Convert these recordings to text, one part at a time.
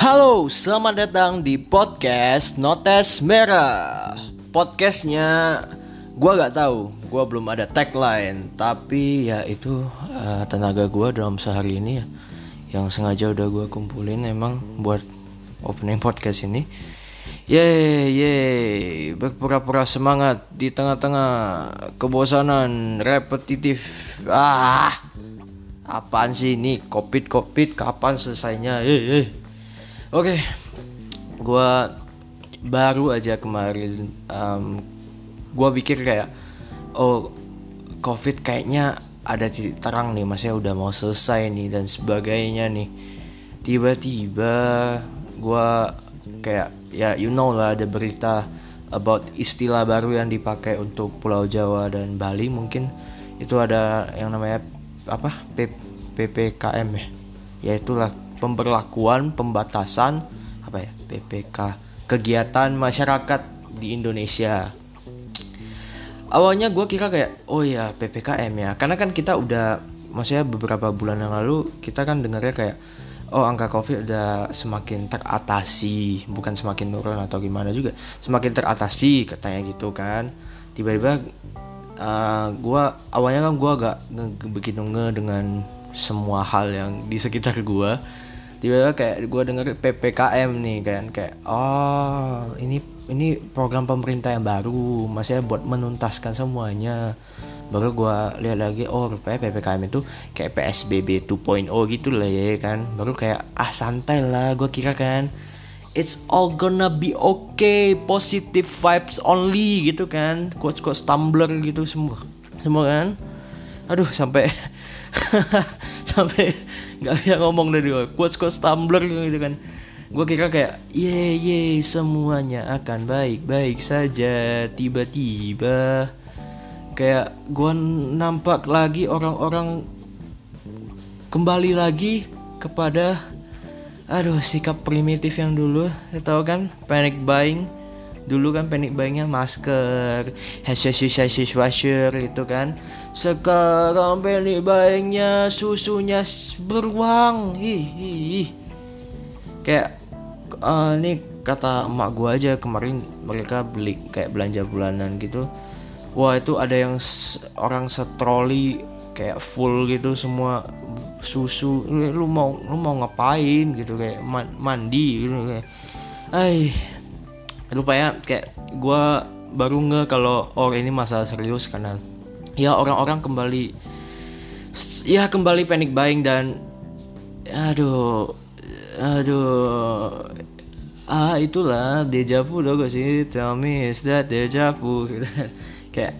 Halo, selamat datang di podcast Notes Merah. Podcastnya gue gak tahu, gue belum ada tagline. Tapi ya itu tenaga gue dalam sehari ini ya, yang sengaja udah gue kumpulin emang buat opening podcast ini. Yeay, berpura-pura semangat di tengah-tengah kebosanan repetitif. Apaan sih ini, covid kapan selesainya? Oke, gue baru aja kemarin gue pikir kayak covid kayaknya ada titik terang nih, maksudnya udah mau selesai nih dan sebagainya nih. Tiba-tiba gue kayak ya you know lah, ada berita about istilah baru yang dipakai untuk Pulau Jawa dan Bali. Mungkin itu ada yang namanya apa, PPKM ya itulah, pemberlakuan pembatasan apa ya, PPK, kegiatan masyarakat di Indonesia. Awalnya gue kira kayak oh ya PPKM ya, karena kan kita udah, maksudnya beberapa bulan yang lalu kita kan dengarnya kayak oh angka covid udah semakin teratasi, bukan semakin turun atau gimana juga, semakin teratasi katanya gitu kan. Tiba-tiba gue awalnya kan gue agak begitu dengan semua hal yang di sekitar gue. Tiba-tiba kayak gue denger PPKM nih kan, kayak oh ini program pemerintah yang baru, maksudnya buat menuntaskan semuanya. Baru gue lihat lagi, oh rupanya PPKM itu kayak PSBB 2.0 gitu lah ya kan. Baru kayak santai lah, gue kira kan it's all gonna be okay, positive vibes only gitu kan, quotes Tumblr gitu semua kan. Aduh sampai sampai nggak bisa ngomong dari quotes Tumblr gitu kan. Gue kira kayak ye semuanya akan baik-baik saja. Tiba-tiba kayak gue nampak lagi orang-orang kembali lagi kepada sikap primitif yang dulu. Tahu kan panic buying. Dulu kan panic buyingnya masker, washer gitu kan. Sekarang panic buyingnya susunya beruang. Kayak ini kata emak gue aja kemarin, mereka beli kayak belanja bulanan gitu. Wah itu ada yang orang setroli kayak full gitu semua susu. Lu mau ngapain gitu, kayak mandi gitu kayak. Rupanya kayak gue baru kalau ini masalah serius, karena ya orang-orang kembali panic buying dan itulah deja vu loh gak sih, tell me is that deja vu gitu. Kayak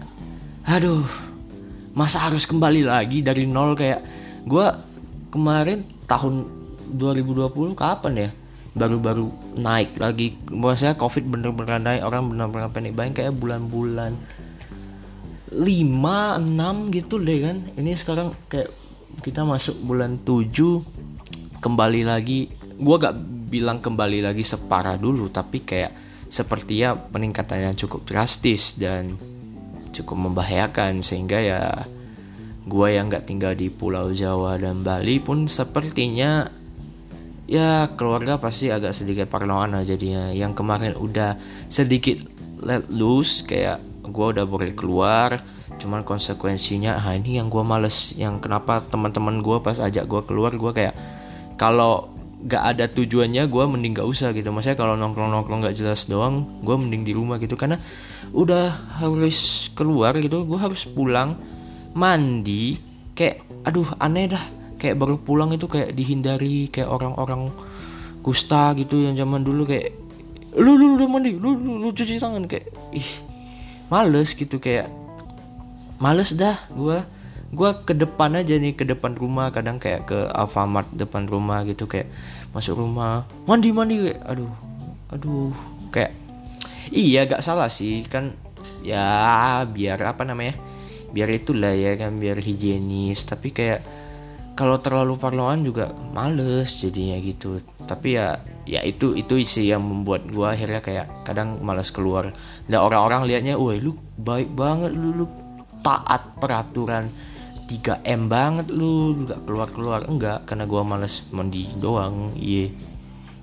masa harus kembali lagi dari nol. Kayak gue kemarin tahun 2020 kapan ya baru naik lagi, maksudnya covid bener-bener naik, orang bener-bener panic buying kayak bulan-bulan 5-6 gitu deh kan. Ini sekarang kayak kita masuk bulan 7 kembali lagi. Gue gak bilang kembali lagi separah dulu, tapi kayak sepertinya peningkatannya cukup drastis dan cukup membahayakan, sehingga ya gue yang gak tinggal di Pulau Jawa dan Bali pun sepertinya ya keluarga pasti agak sedikit parnoan lah jadinya. Yang kemarin udah sedikit let loose, kayak gue udah boleh keluar, cuman konsekuensinya ini yang gue males. Yang kenapa teman-teman gue pas ajak gue keluar, gue kayak kalau gak ada tujuannya gue mending gak usah gitu. Maksudnya kalau nongkrong gak jelas doang, gue mending di rumah gitu. Karena udah harus keluar gitu, gue harus pulang mandi, kayak aneh dah. Kayak baru pulang itu kayak dihindari, kayak orang-orang kusta gitu yang zaman dulu kayak lu udah mandi, lu cuci tangan, kayak males gitu, kayak males dah. Gue ke depan aja nih, ke depan rumah, kadang kayak ke Alfamart depan rumah gitu, kayak masuk rumah mandi kayak aduh kayak gak salah sih kan ya, biar biar itulah ya kan, biar higienis. Tapi kayak kalau terlalu parnoan juga males jadinya gitu. Tapi ya itu sih yang membuat gue akhirnya kayak kadang malas keluar. Dan orang-orang liatnya, woi lu baik banget, lu taat peraturan 3M banget, lu gak keluar-keluar. Enggak, karena gue malas mandi doang.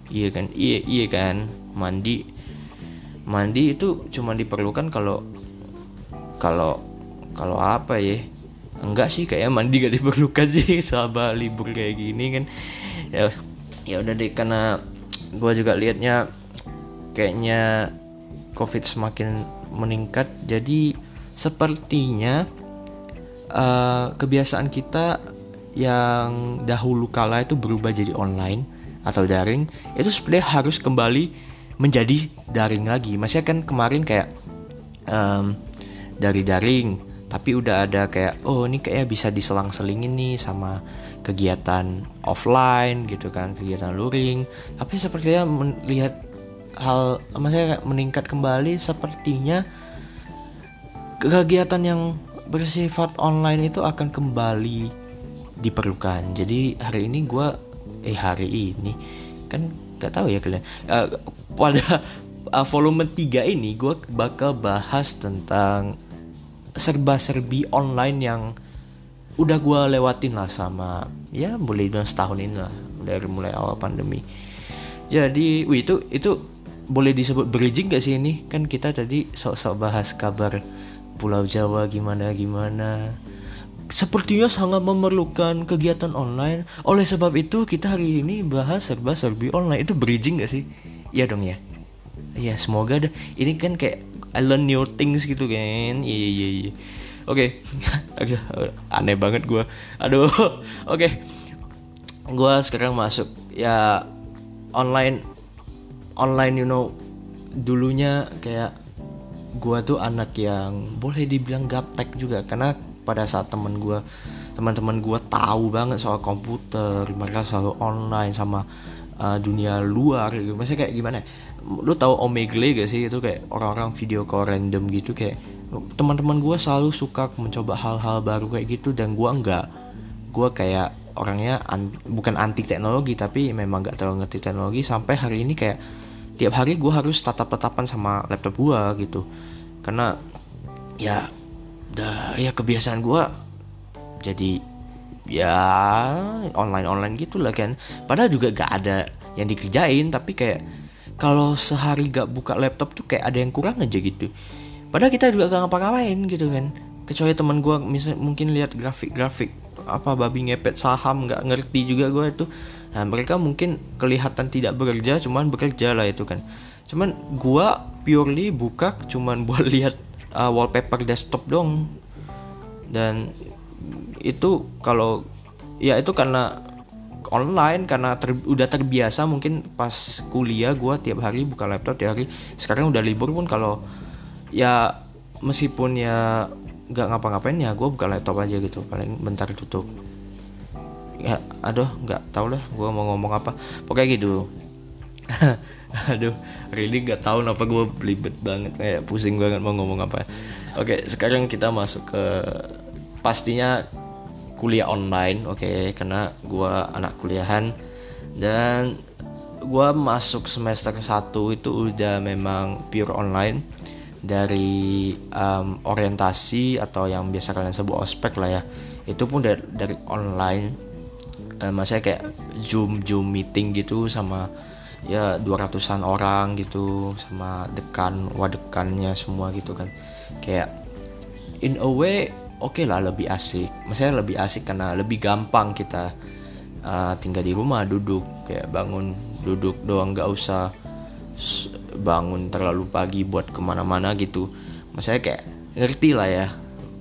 Iya kan, iya kan. Mandi mandi itu cuma diperlukan kalau kalau kalau apa ya, enggak sih, kayak mandi gak diperlukan sih selama libur kayak gini kan. Ya, ya udah deh, karena gue juga liatnya kayaknya COVID semakin meningkat, jadi sepertinya kebiasaan kita yang dahulu kala itu berubah jadi online atau daring, itu sebenarnya harus kembali menjadi daring lagi. Maksudnya kan kemarin kayak dari daring, tapi udah ada kayak, oh ini kayak bisa diselang-selingin nih sama kegiatan offline gitu kan, kegiatan luring. Tapi sepertinya melihat hal, maksudnya meningkat kembali, sepertinya kegiatan yang bersifat online itu akan kembali diperlukan. Jadi hari ini kan gak tahu ya kalian, pada volume 3 ini gue bakal bahas tentang serba-serbi online yang udah gue lewatin lah sama, ya boleh bilang setahun ini lah, dari mulai awal pandemi. Jadi itu boleh disebut bridging gak sih ini? Kan kita tadi sok-sok bahas kabar Pulau Jawa gimana. Sepertinya sangat memerlukan kegiatan online. Oleh sebab itu kita hari ini bahas serba-serbi online. Itu bridging gak sih? Iya dong ya. Iya, semoga dah. Ini kan kayak I learn new things gitu kan. Iya. Oke. Aneh banget gue. Aduh. Oke. Gue sekarang masuk ya online, dulunya kayak gue tuh anak yang boleh dibilang gaptek juga, karena pada saat teman-teman gue tahu banget soal komputer, mereka selalu online sama dunia luar gitu. Maksudnya kayak gimana? Lu tahu Omegle gak sih? Itu kayak orang-orang video call random gitu. Kayak teman-teman gue selalu suka mencoba hal-hal baru kayak gitu, dan gue enggak. Gue kayak orangnya bukan anti teknologi, tapi memang gak terlalu ngerti teknologi. Sampai hari ini kayak tiap hari gue harus tatap-tatapan sama laptop gue gitu, karena ya kebiasaan gue jadi ya online gitu lah kan. Padahal juga gak ada yang dikerjain, tapi kayak kalau sehari gak buka laptop tuh kayak ada yang kurang aja gitu. Padahal kita juga gak ngapa-ngapain gitu kan. Kecuali teman gue mungkin lihat grafik apa babi ngepet saham, gak ngerti juga gue itu. Nah mereka mungkin kelihatan tidak bekerja, cuman bekerja lah itu kan. Cuman gue purely buka cuman buat lihat wallpaper desktop dong. Dan itu kalau ya itu karena online, karena udah terbiasa. Mungkin pas kuliah gue tiap hari buka laptop tiap hari. Sekarang udah libur pun kalau ya meskipun ya nggak ngapa-ngapain, ya gue buka laptop aja gitu, paling bentar tutup. Ya aduh nggak tau lah gue mau ngomong apa, pokoknya gitu. Aduh really nggak tahu kenapa gue belibet banget, kayak pusing banget mau ngomong apa. Oke, sekarang kita masuk ke pastinya kuliah online. Oke, karena gue anak kuliahan dan gue masuk semester 1 itu udah memang pure online. Dari orientasi atau yang biasa kalian sebut ospek lah ya, itu pun dari online. Maksudnya kayak zoom meeting gitu sama ya 200-an orang gitu, sama wadekannya semua gitu kan. Kayak in a way oke lah, lebih asik. Maksudnya lebih asik karena lebih gampang kita tinggal di rumah, duduk kayak bangun duduk doang, gak usah bangun terlalu pagi buat kemana-mana gitu. Maksudnya kayak ngerti lah ya,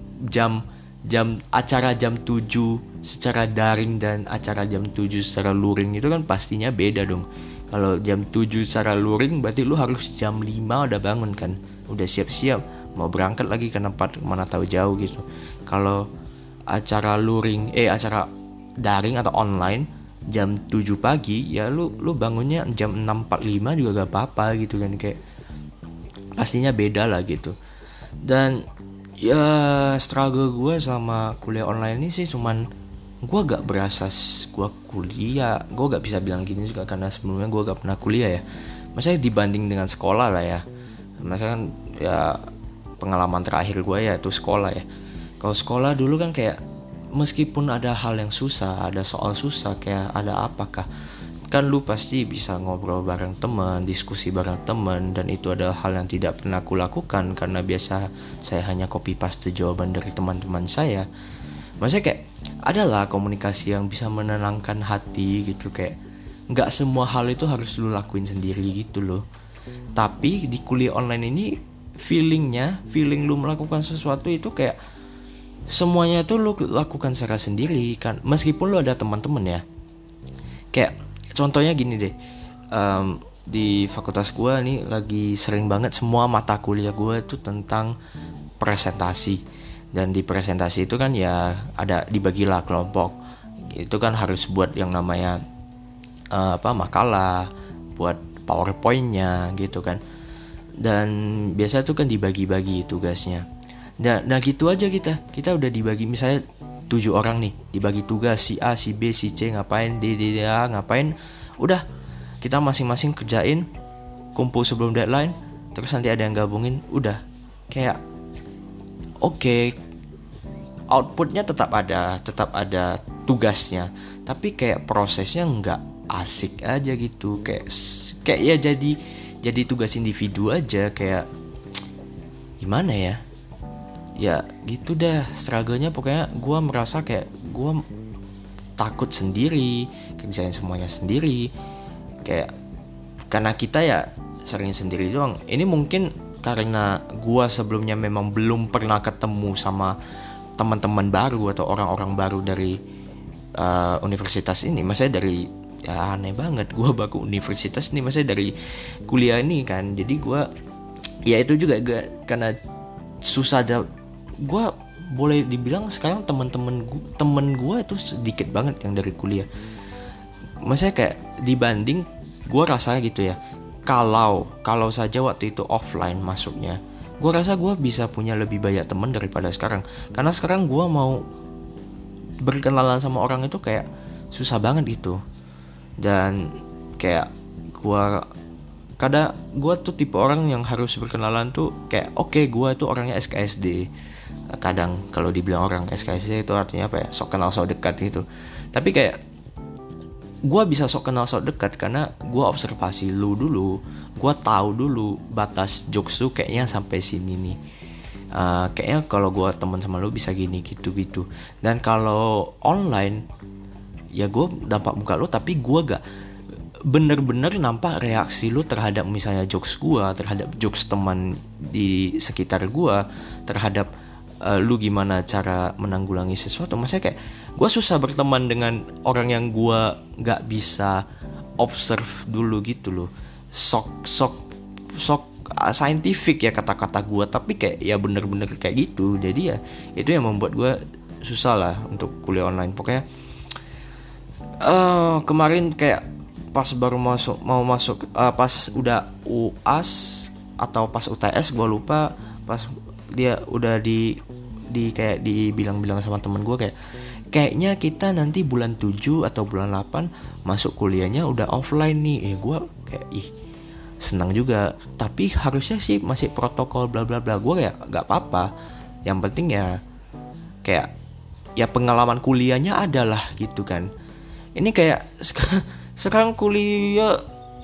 acara jam 7 secara daring dan acara jam 7 secara luring itu kan pastinya beda dong. Kalau jam 7 secara luring berarti lu harus jam 5 udah bangun kan, udah siap-siap mau berangkat lagi ke tempat mana tahu jauh gitu. Kalau acara acara daring atau online jam 7 pagi ya lu bangunnya jam 6.45 juga gak apa-apa gitu kan. Kayak pastinya beda lah gitu. Dan ya struggle gue sama kuliah online ini sih cuman gue gak berasa gue kuliah. Gue gak bisa bilang gini juga karena sebelumnya gue gak pernah kuliah ya. Maksudnya dibanding dengan sekolah lah ya. Maksudnya kan ya pengalaman terakhir gue ya itu sekolah ya. Kalau sekolah dulu kan kayak meskipun ada hal yang susah, ada soal susah, kayak ada apakah kan lu pasti bisa ngobrol bareng teman, diskusi bareng teman, dan itu adalah hal yang tidak pernah aku lakukan karena biasa saya hanya copy paste jawaban dari teman-teman saya. Maksudnya kayak adalah komunikasi yang bisa menenangkan hati gitu, kayak nggak semua hal itu harus lu lakuin sendiri gitu loh. Tapi di kuliah online ini feeling lu melakukan sesuatu itu kayak semuanya tuh lu lakukan secara sendiri kan, meskipun lu ada teman-teman ya. Kayak contohnya gini deh, di fakultas gue nih lagi sering banget semua mata kuliah gue itu tentang presentasi. Dan di presentasi itu kan ya ada dibagilah kelompok. Itu kan harus buat yang namanya makalah, buat PowerPoint-nya gitu kan. Dan biasa tuh kan dibagi-bagi tugasnya. Nah gitu aja kita udah dibagi, misalnya 7 orang nih, dibagi tugas si A, si B, si C ngapain, D, ngapain. Udah, kita masing-masing kerjain, kumpul sebelum deadline, terus nanti ada yang gabungin, udah. Kayak oke, outputnya tetap ada tugasnya, tapi kayak prosesnya nggak asik aja gitu, kayak ya jadi tugas individu aja, kayak gimana ya gitu dah struggle-nya. Pokoknya gue merasa kayak gue takut sendiri, kerjain semuanya sendiri, kayak karena kita ya sering sendiri doang. Ini mungkin karena gue sebelumnya memang belum pernah ketemu sama teman-teman baru atau orang-orang baru dari universitas ini. Maksudnya dari ya aneh banget, gue baku universitas nih, maksudnya dari kuliah ini kan. Jadi gue ya itu juga karena susah gue boleh dibilang sekarang temen gue itu sedikit banget yang dari kuliah. Maksudnya kayak dibanding gue rasanya gitu ya, kalau saja waktu itu offline masuknya, gue rasa gue bisa punya lebih banyak teman daripada sekarang. Karena sekarang gue mau berkenalan sama orang itu kayak susah banget gitu. Dan kayak gue tuh tipe orang yang harus berkenalan tuh kayak oke, gue tuh orangnya SKSD. Kadang kalau dibilang orang SKSD itu artinya apa ya, sok kenal sok dekat gitu. Tapi kayak gue bisa sok kenal sok dekat karena gue observasi lu dulu, gue tahu dulu batas jokes lu kayaknya sampai sini nih. Kayaknya kalau gue teman sama lu bisa gini gitu. Dan kalau online ya gue nampak muka lu, tapi gue gak bener-bener nampak reaksi lu terhadap misalnya jokes gue, terhadap jokes teman di sekitar gue, terhadap lu gimana cara menanggulangi sesuatu. Maksudnya kayak gue susah berteman dengan orang yang gue gak bisa observe dulu gitu loh. Sok scientific ya kata-kata gue, tapi kayak ya bener-bener kayak gitu. Jadi ya itu yang membuat gue susah lah untuk kuliah online. Pokoknya kemarin kayak pas baru mau masuk pas udah UAS atau pas UTS gue lupa, pas dia udah kayak dibilang sama temen gue kayaknya kita nanti bulan 7 atau bulan 8 masuk kuliahnya udah offline nih. Gue kayak senang juga, tapi harusnya sih masih protokol bla bla bla. Gue kayak gak apa-apa, yang penting ya kayak ya pengalaman kuliahnya adalah gitu kan. Ini kayak sekarang kuliah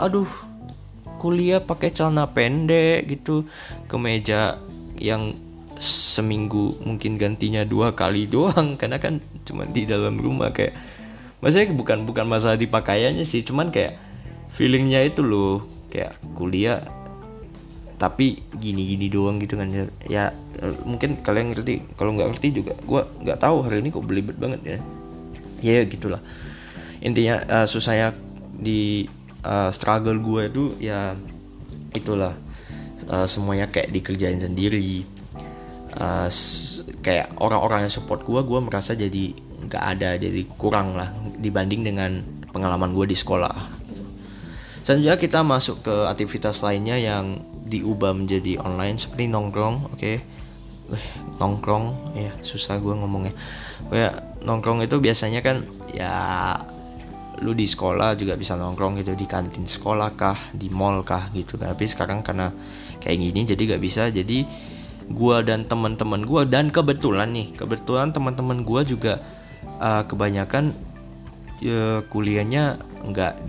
pakai celana pendek gitu, kemeja yang seminggu mungkin gantinya 2 kali doang karena kan cuma di dalam rumah. Kayak maksudnya bukan masalah di pakaiannya sih, cuman kayak feelingnya itu loh, kayak kuliah tapi gini doang gitu kan ya. Mungkin kalian ngerti, kalau nggak ngerti juga gue nggak tahu hari ini kok belibet banget ya gitulah intinya. Susahnya di struggle gue itu ya itulah, semuanya kayak dikerjain sendiri. Kayak orang-orang yang support gue merasa jadi nggak ada, jadi kurang lah dibanding dengan pengalaman gue di sekolah. Selanjutnya kita masuk ke aktivitas lainnya yang diubah menjadi online seperti nongkrong. Nongkrong ya susah gue ngomongnya. Kayak nongkrong itu biasanya kan ya lu di sekolah juga bisa nongkrong gitu, di kantin sekolah kah, di mall kah gitu. Tapi sekarang karena kayak gini jadi gak bisa. Jadi gue dan teman-teman gue, dan kebetulan teman-teman gue juga kebanyakan ya kuliahnya nggak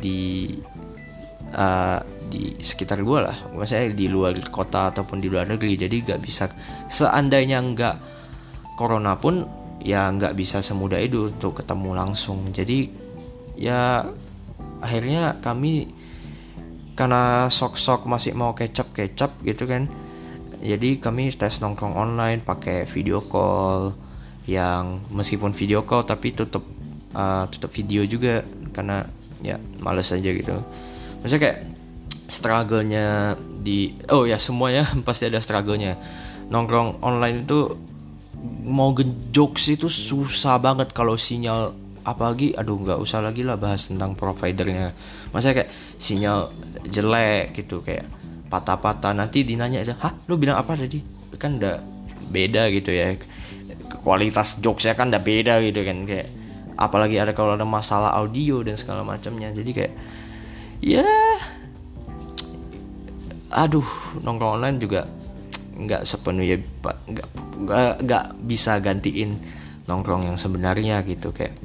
di sekitar gue lah, maksudnya di luar kota ataupun di luar negeri, jadi nggak bisa, seandainya nggak corona pun ya nggak bisa semudah itu untuk ketemu langsung. Jadi ya akhirnya kami karena sok-sok masih mau kecap gitu kan, jadi kami tes nongkrong online pakai video call, yang meskipun video call tapi tutup video juga karena ya males aja gitu. Maksudnya kayak struggle-nya semuanya pasti ada struggle-nya. Nongkrong online itu mau ngejokes itu susah banget kalau sinyal, apalagi nggak usah lagi lah bahas tentang providernya. Maksudnya kayak sinyal jelek gitu, kayak patah-patah, nanti dinanya aja, "Hah, lu bilang apa tadi?" Kan udah beda gitu ya. Kualitas jokesnya kan udah beda gitu kan, kayak apalagi kalau ada masalah audio dan segala macamnya. Jadi kayak ya nongkrong online juga nggak sepenuhnya, nggak bisa gantiin nongkrong yang sebenarnya gitu. Kayak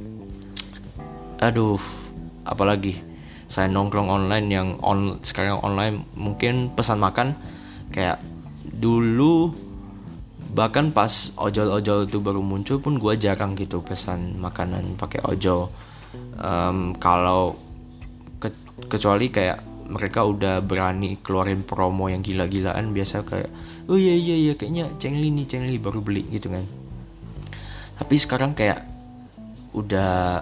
apalagi saya nongkrong online yang sekarang online, mungkin pesan makan kayak dulu, bahkan pas ojol-ojol itu baru muncul pun gue jarang gitu pesan makanan pakai ojol. Kalau kecuali kayak mereka udah berani keluarin promo yang gila-gilaan, biasa kayak oh iya kayaknya Cengli baru beli gitu kan. Tapi sekarang kayak udah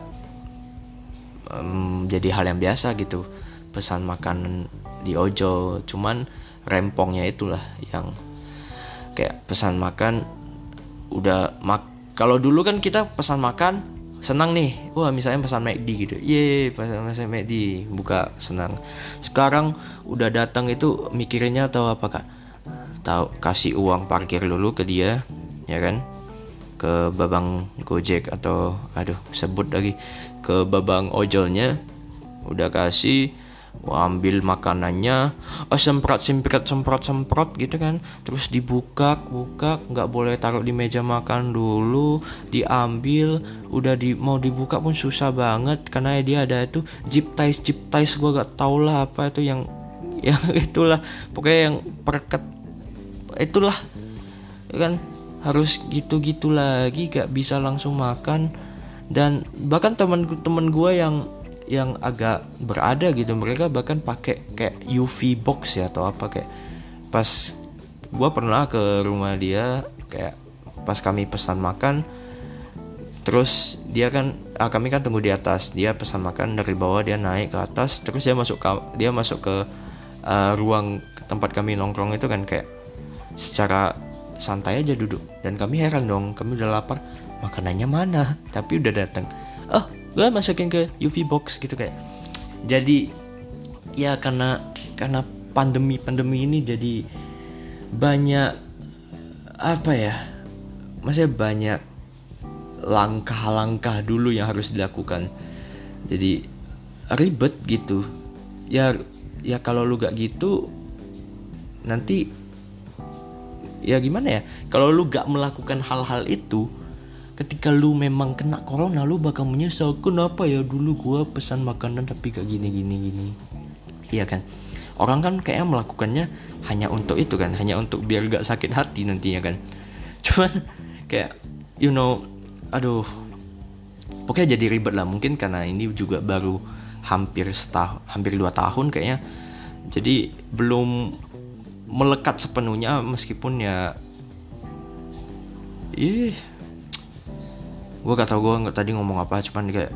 jadi hal yang biasa gitu pesan makanan di ojol. Cuman rempongnya itulah yang kayak pesan makan udah kalau dulu kan kita pesan makan senang nih, wah misalnya pesan McD gitu, pesan McD buka senang. Sekarang udah datang itu mikirinnya tahu apa Kak? Tahu, kasih uang parkir dulu ke dia ya kan, ke babang Gojek atau sebut lagi ke babang ojolnya, udah kasih, ambil makanannya, semprot gitu kan, terus buka, nggak boleh taruh di meja makan dulu, diambil, udah mau dibuka pun susah banget karena dia ada itu zip ties, gue gak tau lah apa itu yang itulah pokoknya yang perket itulah kan, harus gitu lagi, gak bisa langsung makan. Dan bahkan temen gue yang agak berada gitu, mereka bahkan pakai kayak UV box ya atau apa, kayak pas gue pernah ke rumah dia, kayak pas kami pesan makan, terus dia kan kami kan tunggu di atas, dia pesan makan dari bawah, dia naik ke atas, terus dia masuk ke ruang tempat kami nongkrong itu kan, kayak secara santai aja duduk, dan kami heran dong, kami udah lapar, makanannya mana, tapi udah datang, gue masukin ke UV box gitu. Kayak jadi ya karena pandemi ini jadi banyak maksudnya banyak langkah-langkah dulu yang harus dilakukan, jadi ribet gitu ya kalau lu gak gitu nanti ya gimana ya, kalau lu gak melakukan hal-hal itu, ketika lu memang kena corona, lu bakal menyesal, kenapa ya dulu gua pesan makanan tapi gak gini. Iya kan, orang kan kayaknya melakukannya hanya untuk itu kan, hanya untuk biar gak sakit hati nantinya kan. Cuman kayak pokoknya jadi ribet lah, mungkin karena ini juga baru hampir 2 tahun kayaknya, jadi belum melekat sepenuhnya, meskipun ya gue gak tau gue tadi ngomong apa, cuman kayak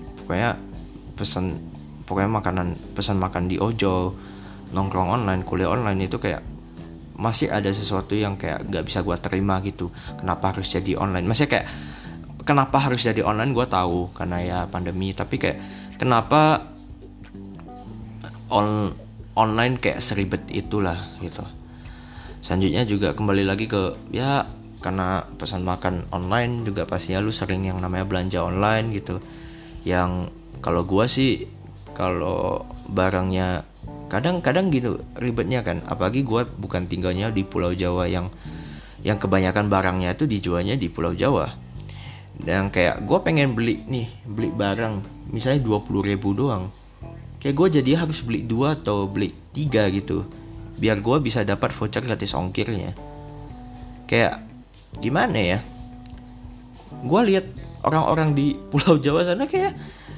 pokoknya pesan makan di ojol, nongkrong online, kuliah online itu kayak masih ada sesuatu yang kayak gak bisa gue terima gitu. Kenapa harus jadi online? Maksudnya kayak kenapa harus jadi online gue tahu karena ya pandemi, tapi kayak kenapa online kayak seribet itulah gitu. Selanjutnya juga kembali lagi ke ya karena pesan makan online juga pastinya lu sering yang namanya belanja online gitu, yang kalau gua sih kalau barangnya kadang gitu ribetnya kan, apalagi gua bukan tinggalnya di Pulau Jawa yang kebanyakan barangnya itu dijualnya di Pulau Jawa. Dan kayak gue pengen beli barang misalnya 20.000 doang, kayak gue jadi harus beli 2 atau beli 3 gitu biar gue bisa dapat voucher gratis ongkirnya. Kayak gimana ya, gue lihat orang-orang di Pulau Jawa sana kayak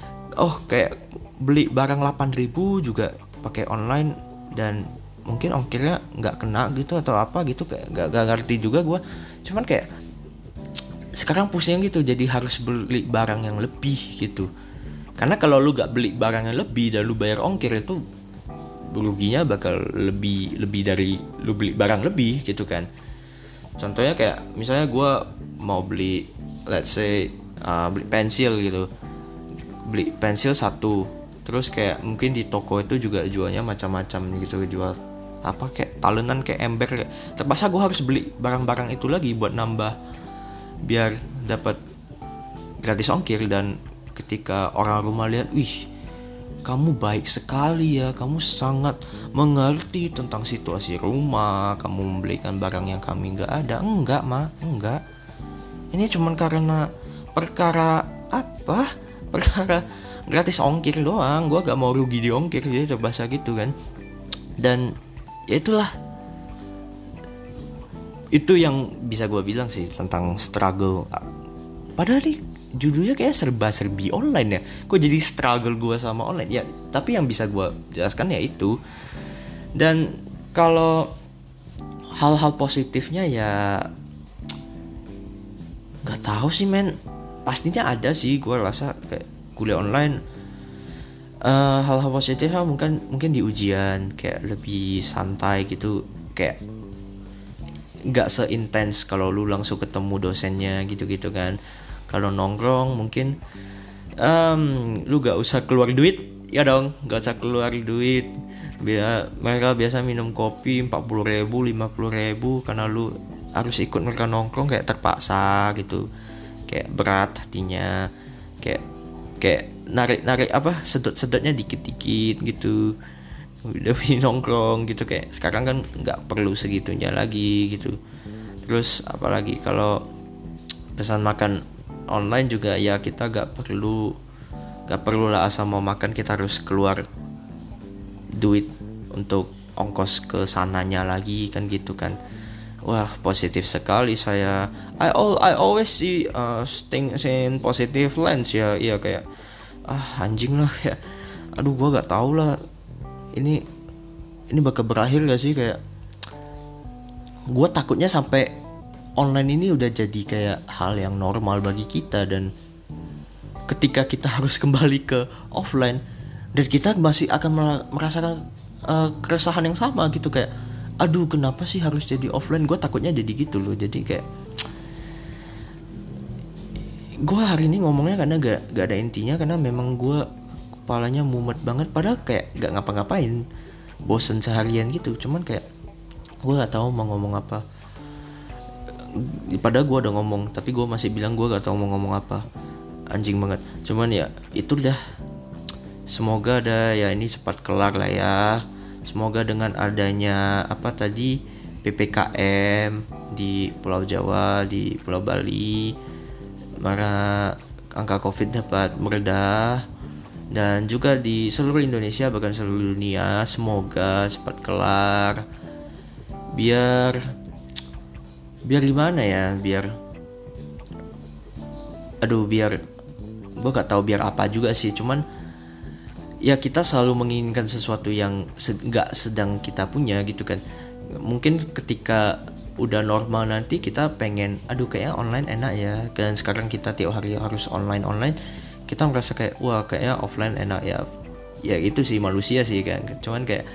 beli barang 8.000 juga pakai online, dan mungkin ongkirnya nggak kena gitu atau apa gitu, kayak gak ngerti juga gue. Cuman kayak sekarang pusing gitu, jadi harus beli barang yang lebih gitu. Karena kalau lu gak beli barang yang lebih dan lu bayar ongkir, itu ruginya bakal lebih dari lu beli barang lebih gitu kan. Contohnya kayak misalnya gue mau beli, let's say beli pensil gitu, beli pensil 1, terus kayak mungkin di toko itu juga jualnya macam-macam gitu, jual apa kayak talenan kayak ember, terpaksa gue harus beli barang-barang itu lagi buat nambah biar dapat gratis ongkir. Dan ketika orang rumah lihat, wih kamu baik sekali ya, kamu sangat mengerti tentang situasi rumah, kamu membelikan barang yang kami nggak ada. Enggak, ini cuma karena perkara gratis ongkir doang, gue gak mau rugi di ongkir, jadi terbahasa gitu kan. Dan ya itulah, itu yang bisa gue bilang sih tentang struggle. Padahal nih judulnya kayak serba-serbi online ya, kok jadi struggle gue sama online ya. Tapi yang bisa gue jelaskan ya itu. Dan kalau hal-hal positifnya ya gak tahu sih men, pastinya ada sih. Gue rasa kayak kuliah online, hal-hal positifnya mungkin di ujian kayak lebih santai gitu, kayak nggak seintens kalau lu langsung ketemu dosennya gitu-gitu kan. Kalau nongkrong mungkin lu gak usah keluar duit, ya dong, gak usah keluar duit. Mereka biasa minum kopi 40.000, 50.000, karena lu harus ikut mereka nongkrong kayak terpaksa gitu, kayak berat hatinya, kayak narik apa sedot-sedotnya dikit-dikit gitu udah nongkrong gitu. Kayak sekarang kan nggak perlu segitunya lagi gitu. Terus apalagi kalau pesan makan online juga ya, kita nggak perlu lah asal mau makan kita harus keluar duit untuk ongkos ke sananya lagi kan gitu kan. Wah, positif sekali saya. I always see things in positive lens ya. Iya kayak anjing lah ya. Aduh, gua nggak tahu lah. Ini bakal berakhir gak sih? Kayak gue takutnya sampai online ini udah jadi kayak hal yang normal bagi kita, dan ketika kita harus kembali ke offline dan kita masih akan merasakan keresahan yang sama gitu, kayak aduh kenapa sih harus jadi offline. Gue takutnya jadi gitu loh. Jadi kayak gue hari ini ngomongnya karena gak ada intinya, karena memang gue kepalanya mumet banget, padahal kayak gak ngapa-ngapain, bosen seharian gitu. Cuman kayak gue gak tahu mau ngomong apa, padahal gue udah ngomong tapi gue masih bilang gue gak tahu mau ngomong apa. Anjing banget. Cuman ya itu dah, semoga dah ya ini cepat kelar lah ya. Semoga dengan adanya PPKM di Pulau Jawa, di Pulau Bali, maka angka COVID dapat meredah, dan juga di seluruh Indonesia bahkan seluruh dunia. Semoga cepat kelar, biar gimana ya, biar gue gak tahu biar apa juga sih. Cuman ya kita selalu menginginkan sesuatu yang gak sedang kita punya gitu kan. Mungkin ketika udah normal nanti kita pengen kayaknya online enak ya, dan sekarang kita tiap hari harus online, kita merasa kayak wah kayaknya offline enak ya. Ya itu sih manusia sih kan. Cuman kayak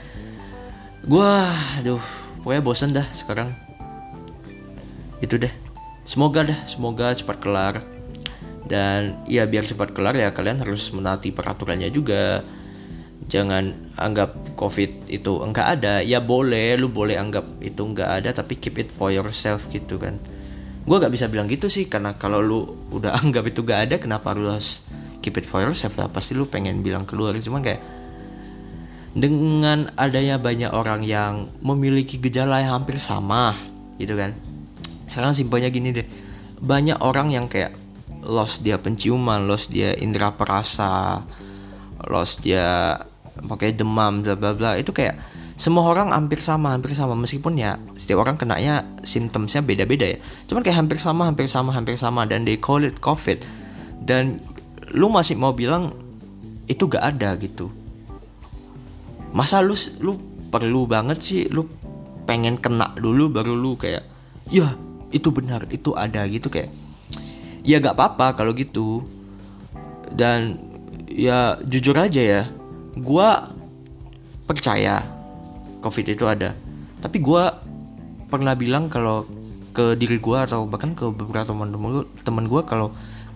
pokoknya bosan dah sekarang. Itu deh. Semoga cepat kelar. Dan ya biar cepat kelar ya kalian harus menaati peraturannya juga. Jangan anggap COVID itu enggak ada. Ya boleh, lu boleh anggap itu enggak ada, tapi keep it for yourself gitu kan. Gue gak bisa bilang gitu sih, karena kalau lu udah anggap itu gak ada, kenapa lu harus keep it for yourself lah. Pasti lu pengen bilang keluar. Cuman kayak dengan adanya banyak orang yang memiliki gejala yang hampir sama gitu kan. Sekarang simpelnya gini deh, banyak orang yang kayak lost dia penciuman, lost dia indera perasa, lost dia pakai demam bla bla bla. Itu kayak semua orang hampir sama meskipun ya setiap orang kenanya simptomnya beda-beda ya. Cuman kayak hampir sama dan they call it COVID. Dan lu masih mau bilang itu gak ada gitu. Masa lu perlu banget sih lu pengen kena dulu baru lu kayak ya itu benar, itu ada gitu kayak. Ya gak apa-apa kalau gitu. Dan ya jujur aja ya, gua percaya COVID itu ada. Tapi gue pernah bilang kalau ke diri gue atau bahkan ke beberapa teman gue kalau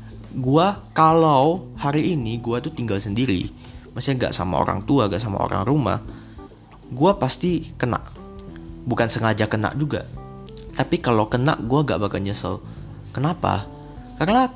hari ini gue tuh tinggal sendiri, maksudnya gak sama orang tua, gak sama orang rumah, gue pasti kena. Bukan sengaja kena juga, tapi kalau kena gue gak bakal nyesel. Kenapa? Karena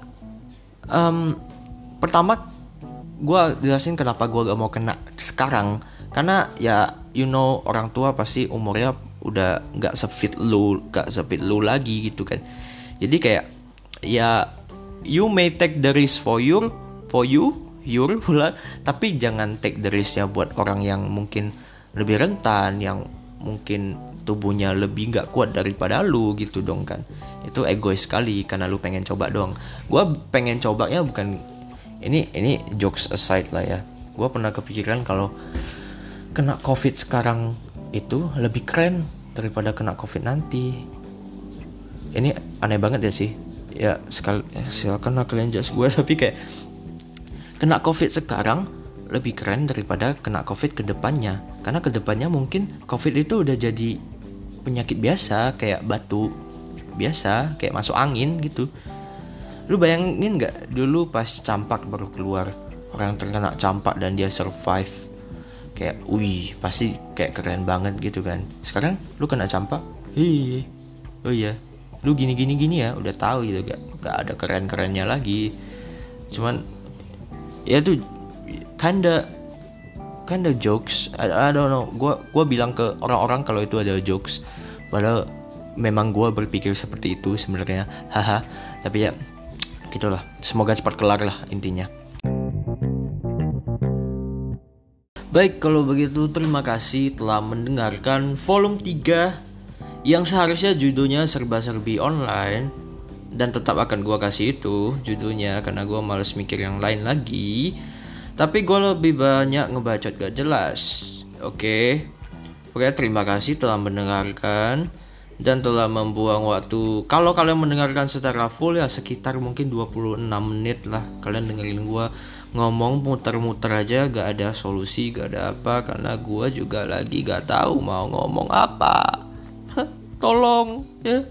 pertama gue jelasin kenapa gue gak mau kena sekarang. Karena ya orang tua pasti umurnya udah gak sefit lu lagi gitu kan. Jadi kayak ya you may take the risk for you pula, tapi jangan take the risk ya buat orang yang mungkin lebih rentan, yang mungkin tubuhnya lebih gak kuat daripada lu gitu dong kan. Itu egois sekali karena lu pengen coba dong. Gue pengen cobanya bukan ini jokes aside lah ya. Gue pernah kepikiran kalau kena COVID sekarang itu lebih keren daripada kena COVID nanti. Ini aneh banget ya sih. Ya silakan lah kalian judge gue, tapi kayak kena COVID sekarang lebih keren daripada kena COVID kedepannya. Karena kedepannya mungkin COVID itu udah jadi penyakit biasa, kayak batu biasa, kayak masuk angin gitu. Lu bayangin gak dulu pas campak baru keluar, orang terkena campak dan dia survive, kayak wih pasti kayak keren banget gitu kan. Sekarang lu kena campak, oh iya lu gini ya, udah tahu gitu, gak ada keren-kerennya lagi. Cuman ya tuh kinda jokes. I don't know, gua bilang ke orang-orang kalau itu ada jokes, padahal memang gua berpikir seperti itu sebenarnya, haha. Tapi ya gitulah, semoga cepat kelar lah intinya. Baik, kalau begitu terima kasih telah mendengarkan volume 3 yang seharusnya judulnya serba-serbi online, dan tetap akan gue kasih itu judulnya karena gue males mikir yang lain lagi. Tapi gue lebih banyak ngebacot gak jelas. Oke, terima kasih telah mendengarkan dan telah membuang waktu. Kalau kalian mendengarkan secara full ya sekitar mungkin 26 menit lah kalian dengerin gue ngomong muter-muter aja, gak ada solusi, gak ada apa, karena gue juga lagi gak tahu mau ngomong apa. Tolong ya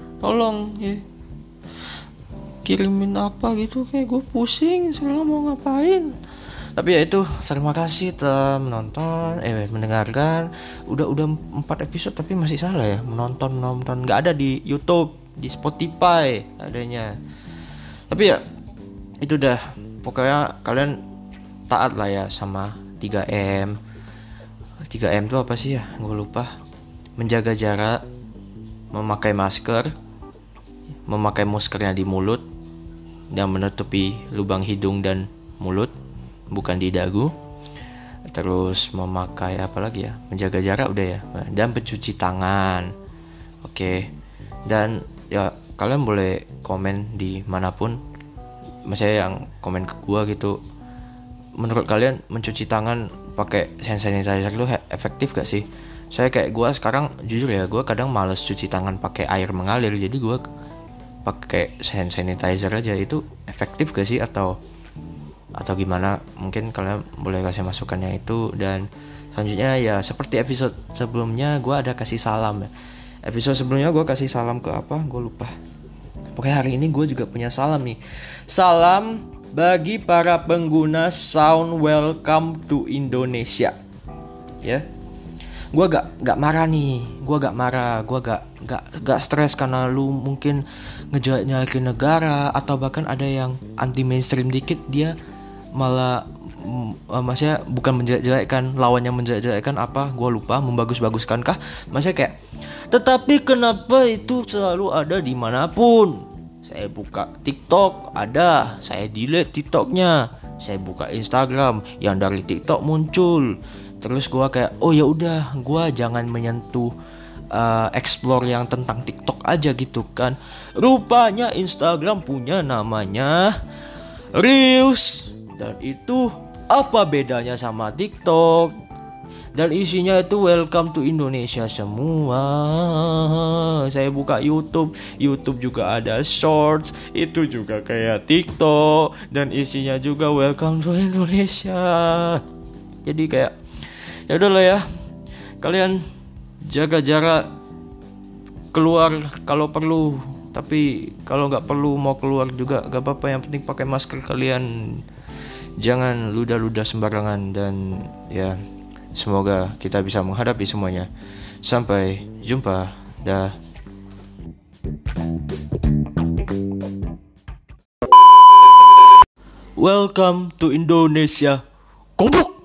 kirimin apa gitu, kayak gue pusing sekarang mau ngapain. Tapi ya itu, terima kasih telah mendengarkan. Udah 4 episode tapi masih salah ya, menonton nggak ada di YouTube, di Spotify adanya. Tapi ya itu dah, pokoknya kalian taat lah ya sama 3M. 3M itu apa sih ya, gue lupa. Menjaga jarak, memakai masker, memakai maskernya di mulut dan menutupi lubang hidung dan mulut, bukan di dagu. Terus memakai apa lagi ya, menjaga jarak udah ya, dan pencuci tangan. Oke. Dan ya kalian boleh komen di manapun, maksudnya yang komen ke gua gitu, menurut kalian mencuci tangan pakai hand sanitizer itu efektif gak sih? Saya kayak gua sekarang jujur ya, gua kadang males cuci tangan pakai air mengalir, jadi gua pakai hand sanitizer aja. Itu efektif gak sih atau gimana? Mungkin kalian boleh kasih masukannya itu. Dan selanjutnya ya seperti episode sebelumnya, gue ada kasih salam ya. Episode sebelumnya gue kasih salam ke apa, gue lupa. Pokoknya hari ini gue juga punya salam nih. Salam bagi para pengguna Sound Welcome to Indonesia. Ya, gue gak marah nih, gue gak stres karena lu mungkin ngejelek-jelekin negara, atau bahkan ada yang anti mainstream dikit dia malah maksudnya bukan menjelek-jelekkan, lawannya menjelek-jelekkan apa, gue lupa, membagus-baguskankah, maksudnya kayak tetapi kenapa itu selalu ada dimanapun, Saya buka TikTok, ada, saya delete TikToknya. Saya buka Instagram, yang dari TikTok muncul. Terus gua kayak, oh ya udah, gua jangan menyentuh explore yang tentang TikTok aja gitu kan. Rupanya Instagram punya namanya Reels, dan itu apa bedanya sama TikTok? Dan isinya itu welcome to Indonesia semua. Saya buka YouTube, YouTube juga ada shorts, itu juga kayak TikTok, dan isinya juga welcome to Indonesia. Jadi kayak ya udahlah ya, kalian jaga jarak, keluar kalau perlu, tapi kalau nggak perlu mau keluar juga gak apa-apa, yang penting pakai masker kalian, jangan ludah-ludah sembarangan. Dan ya, semoga kita bisa menghadapi semuanya. Sampai jumpa. Dah. Welcome to Indonesia. Goblok.